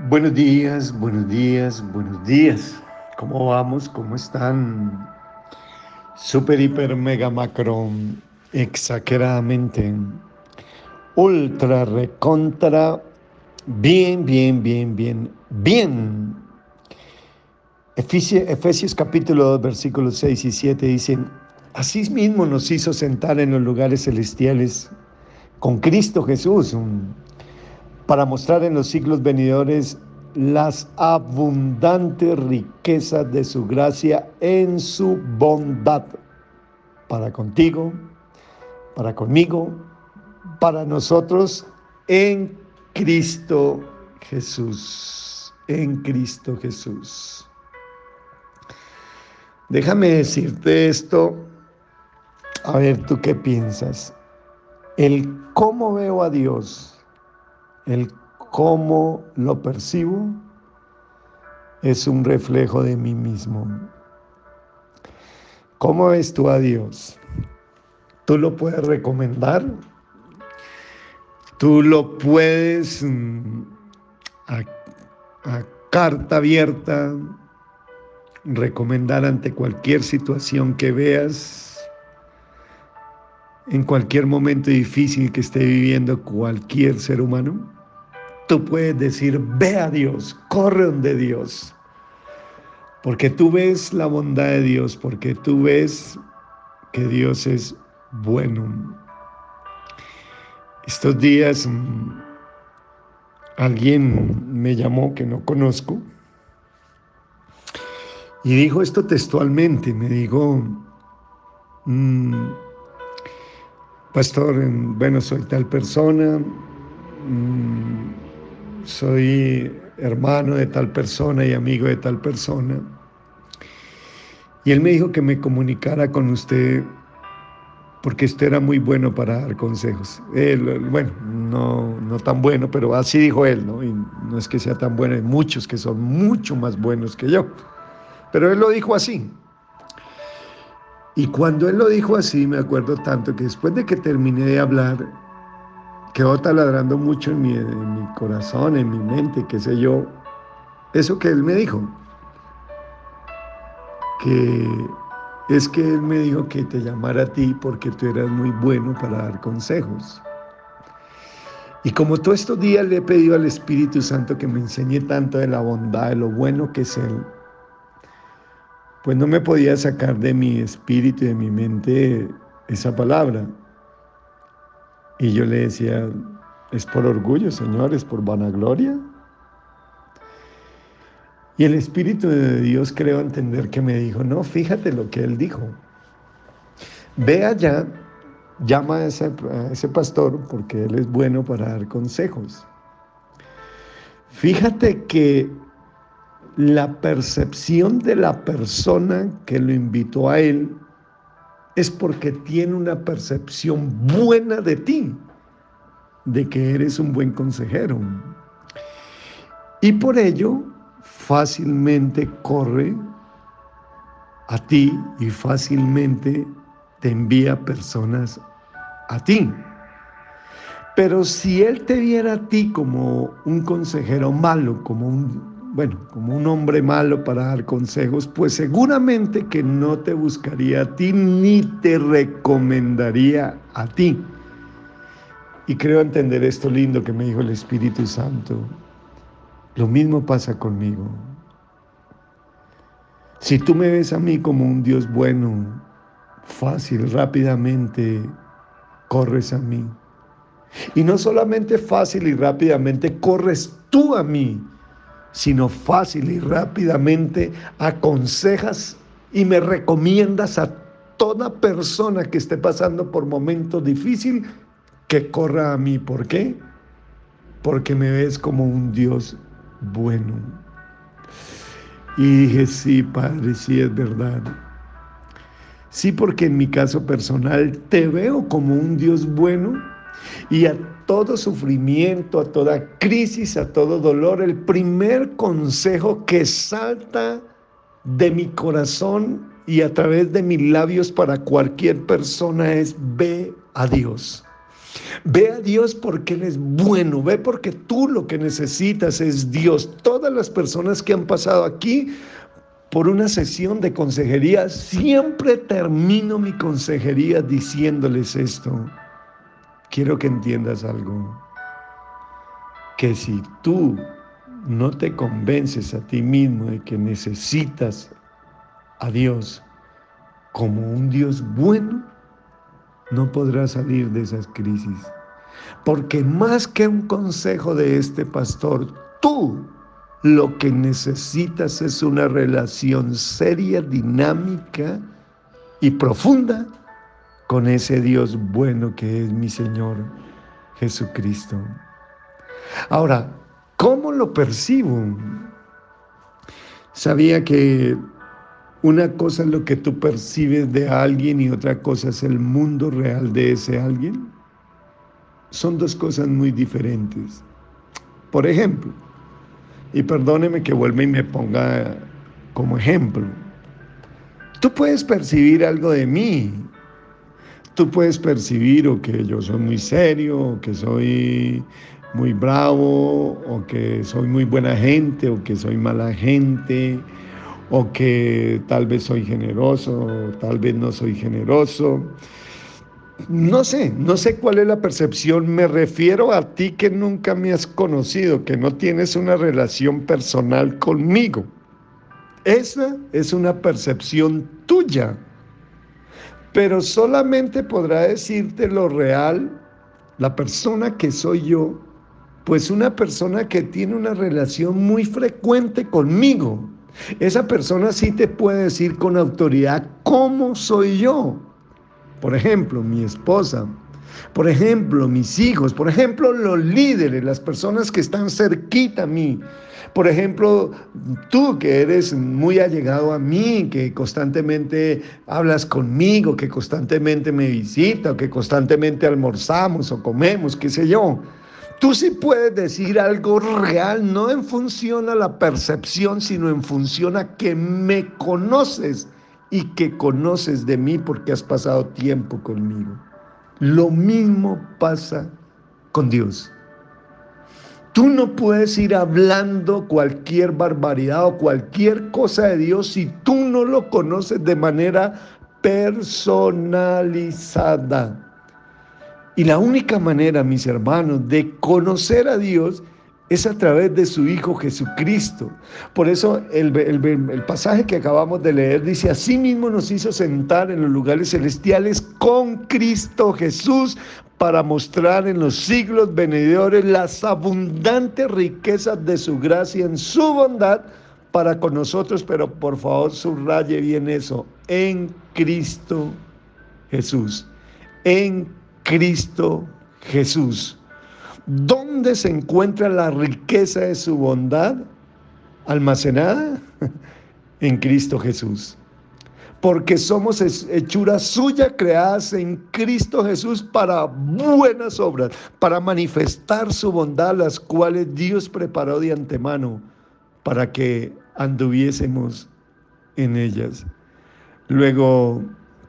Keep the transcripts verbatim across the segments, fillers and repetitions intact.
Buenos días, buenos días, buenos días. ¿Cómo vamos? ¿Cómo están? Super, hiper, mega, macro, exageradamente, ultra, recontra, bien, bien, bien, bien, bien. Efesios, Efesios capítulo dos, versículos seis y siete dicen, así mismo nos hizo sentar en los lugares celestiales con Cristo Jesús, um, para mostrar en los siglos venidores las abundantes riquezas de su gracia en su bondad para contigo, para conmigo, para nosotros en Cristo Jesús, en Cristo Jesús. Déjame decirte esto, a ver tú qué piensas. El cómo veo a Dios, el cómo lo percibo, es un reflejo de mí mismo. ¿Cómo ves tú a Dios? ¿Tú lo puedes recomendar? ¿Tú lo puedes mm, a, a carta abierta recomendar ante cualquier situación que veas, en cualquier momento difícil que esté viviendo cualquier ser humano? Tú puedes decir, ve a Dios, corre donde Dios, porque tú ves la bondad de Dios, porque tú ves que Dios es bueno. Estos días mmm, alguien me llamó que no conozco y dijo esto textualmente, me dijo, mmm, pastor, bueno, soy tal persona, mmm, soy hermano de tal persona y amigo de tal persona, y él me dijo que me comunicara con usted porque usted era muy bueno para dar consejos. Él, bueno, no, no tan bueno, pero así dijo él, ¿no? Y no es que sea tan bueno, hay muchos que son mucho más buenos que yo, pero él lo dijo así. Y cuando él lo dijo así, me acuerdo tanto que después de que terminé de hablar, quedó taladrando mucho en mi, en mi corazón, en mi mente, qué sé yo, eso que él me dijo, que es que él me dijo que te llamara a ti porque tú eras muy bueno para dar consejos. Y como todos estos días le he pedido al Espíritu Santo que me enseñe tanto de la bondad, de lo bueno que es Él, pues no me podía sacar de mi espíritu y de mi mente esa palabra. Y yo le decía, ¿es por orgullo, Señor? ¿Es por vanagloria? Y el Espíritu de Dios creo entender que me dijo, no, fíjate lo que Él dijo. Ve allá, llama a ese, a ese pastor porque él es bueno para dar consejos. Fíjate que la percepción de la persona que lo invitó a él es porque tiene una percepción buena de ti, de que eres un buen consejero. Y por ello fácilmente corre a ti y fácilmente te envía personas a ti. Pero si él te viera a ti como un consejero malo, como un, bueno, como un hombre malo para dar consejos, pues seguramente que no te buscaría a ti ni te recomendaría a ti. Y creo entender esto lindo que me dijo el Espíritu Santo. Lo mismo pasa conmigo. Si tú me ves a mí como un Dios bueno, fácil, rápidamente corres a mí. Y no solamente fácil y rápidamente corres tú a mí, sino fácil y rápidamente aconsejas y me recomiendas a toda persona que esté pasando por momentos difíciles que corra a mí. ¿Por qué? Porque me ves como un Dios bueno. Y dije, sí, Padre, sí es verdad. Sí, porque en mi caso personal te veo como un Dios bueno y a todo sufrimiento, a toda crisis, a todo dolor, el primer consejo que salta de mi corazón y a través de mis labios para cualquier persona es: ve a Dios. Ve a Dios porque Él es bueno, ve porque tú lo que necesitas es Dios. Todas las personas que han pasado aquí por una sesión de consejería, siempre termino mi consejería diciéndoles esto. Quiero que entiendas algo, que si tú no te convences a ti mismo de que necesitas a Dios como un Dios bueno, no podrás salir de esas crisis. Porque más que un consejo de este pastor, tú lo que necesitas es una relación seria, dinámica y profunda con ese Dios bueno que es mi Señor Jesucristo. Ahora, ¿cómo lo percibo? Sabía que una cosa es lo que tú percibes de alguien y otra cosa es el mundo real de ese alguien. Son dos cosas muy diferentes. Por ejemplo, y perdóneme que vuelva y me ponga como ejemplo, tú puedes percibir algo de mí. Tú puedes percibir o que yo soy muy serio, o que soy muy bravo, o que soy muy buena gente, o que soy mala gente, o que tal vez soy generoso, o tal vez no soy generoso. No sé, no sé cuál es la percepción. Me refiero a ti que nunca me has conocido, que no tienes una relación personal conmigo. Esa es una percepción tuya. Pero solamente podrá decirte lo real la persona que soy yo, pues una persona que tiene una relación muy frecuente conmigo. Esa persona sí te puede decir con autoridad cómo soy yo. Por ejemplo, mi esposa, por ejemplo, mis hijos, por ejemplo, los líderes, las personas que están cerquita a mí. Por ejemplo, tú que eres muy allegado a mí, que constantemente hablas conmigo, que constantemente me visitas, o que constantemente almorzamos o comemos, qué sé yo. Tú sí puedes decir algo real, no en función a la percepción, sino en función a que me conoces y que conoces de mí porque has pasado tiempo conmigo. Lo mismo pasa con Dios. Tú no puedes ir hablando cualquier barbaridad o cualquier cosa de Dios si tú no lo conoces de manera personalizada. Y la única manera, mis hermanos, de conocer a Dios es a través de su Hijo Jesucristo. Por eso el, el, el pasaje que acabamos de leer dice: asimismo nos hizo sentar en los lugares celestiales con Cristo Jesús, para mostrar en los siglos venidores las abundantes riquezas de su gracia en su bondad para con nosotros. Pero por favor subraye bien eso: en Cristo Jesús. En Cristo Jesús. ¿Dónde se encuentra la riqueza de su bondad almacenada? En Cristo Jesús. Porque somos hechura suya, creadas en Cristo Jesús para buenas obras, para manifestar su bondad, las cuales Dios preparó de antemano para que anduviésemos en ellas. Luego,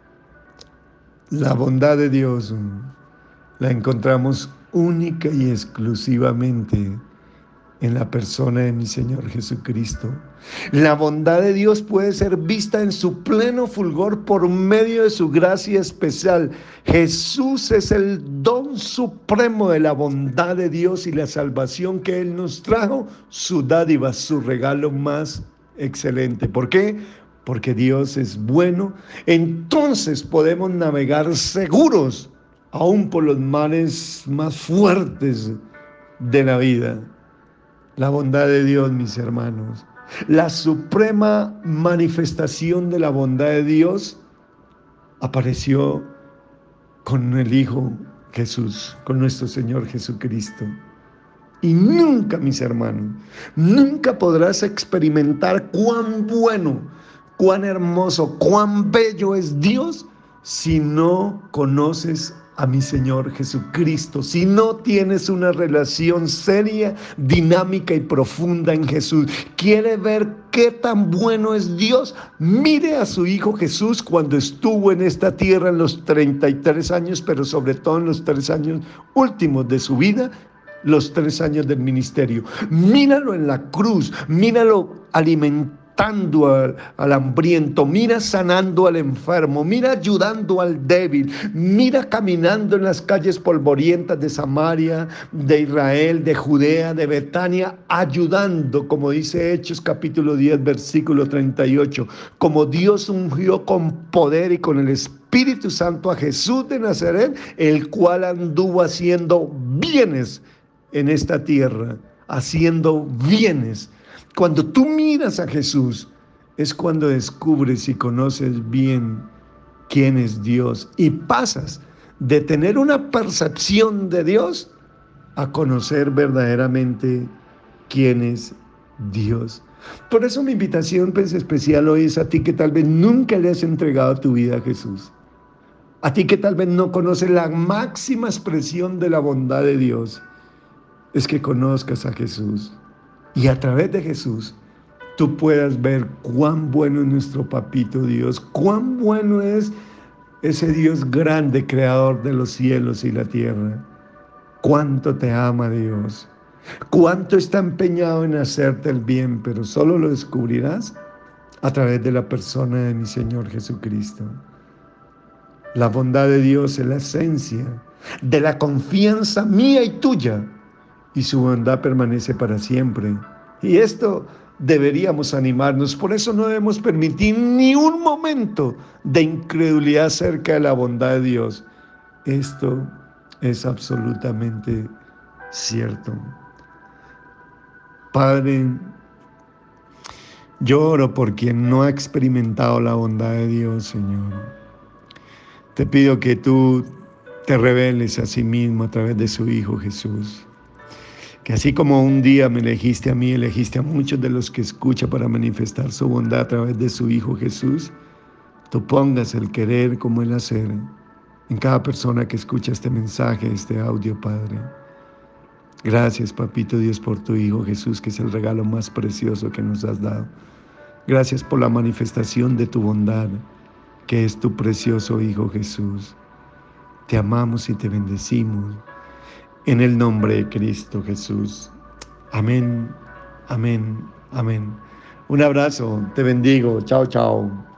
la bondad de Dios la encontramos única y exclusivamente en la persona de mi Señor Jesucristo. La bondad de Dios puede ser vista en su pleno fulgor por medio de su gracia especial. Jesús es el don supremo de la bondad de Dios y la salvación que Él nos trajo, su dádiva, su regalo más excelente. ¿Por qué? Porque Dios es bueno. Entonces podemos navegar seguros, aún por los mares más fuertes de la vida. La bondad de Dios, mis hermanos, la suprema manifestación de la bondad de Dios apareció con el Hijo Jesús, con nuestro Señor Jesucristo. Y nunca, mis hermanos, nunca podrás experimentar cuán bueno, cuán hermoso, cuán bello es Dios si no conoces a mi Señor Jesucristo. Si no tienes una relación seria, dinámica y profunda en Jesús, quiere ver qué tan bueno es Dios, mire a su Hijo Jesús cuando estuvo en esta tierra en los treinta y tres años, pero sobre todo en los tres años últimos de su vida, los tres años del ministerio. Míralo en la cruz, míralo alimentando Al, al hambriento, mira sanando al enfermo, mira ayudando al débil, mira caminando en las calles polvorientas de Samaria, de Israel, de Judea, de Betania, ayudando, como dice Hechos capítulo diez, versículo treinta y ocho, como Dios ungió con poder y con el Espíritu Santo a Jesús de Nazaret, el cual anduvo haciendo bienes en esta tierra, haciendo bienes. Cuando tú miras a Jesús, es cuando descubres y conoces bien quién es Dios y pasas de tener una percepción de Dios a conocer verdaderamente quién es Dios. Por eso mi invitación pues, especial hoy es a ti que tal vez nunca le has entregado tu vida a Jesús. A ti que tal vez no conoces la máxima expresión de la bondad de Dios, es que conozcas a Jesús. Y a través de Jesús, tú puedas ver cuán bueno es nuestro papito Dios, cuán bueno es ese Dios grande, creador de los cielos y la tierra. Cuánto te ama Dios, cuánto está empeñado en hacerte el bien, pero solo lo descubrirás a través de la persona de mi Señor Jesucristo. La bondad de Dios es la esencia de la confianza mía y tuya, y su bondad permanece para siempre. Y esto deberíamos animarnos. Por eso no debemos permitir ni un momento de incredulidad acerca de la bondad de Dios. Esto es absolutamente cierto. Padre, yo oro por quien no ha experimentado la bondad de Dios, Señor. Te pido que tú te reveles a sí mismo a través de su Hijo Jesús. Que así como un día me elegiste a mí, elegiste a muchos de los que escuchan para manifestar su bondad a través de su Hijo Jesús, tú pongas el querer como el hacer en cada persona que escucha este mensaje, este audio, Padre. Gracias, Papito Dios, por tu Hijo Jesús, que es el regalo más precioso que nos has dado. Gracias por la manifestación de tu bondad, que es tu precioso Hijo Jesús. Te amamos y te bendecimos. En el nombre de Cristo Jesús. Amén, amén, amén. Un abrazo, te bendigo. Chao, chao.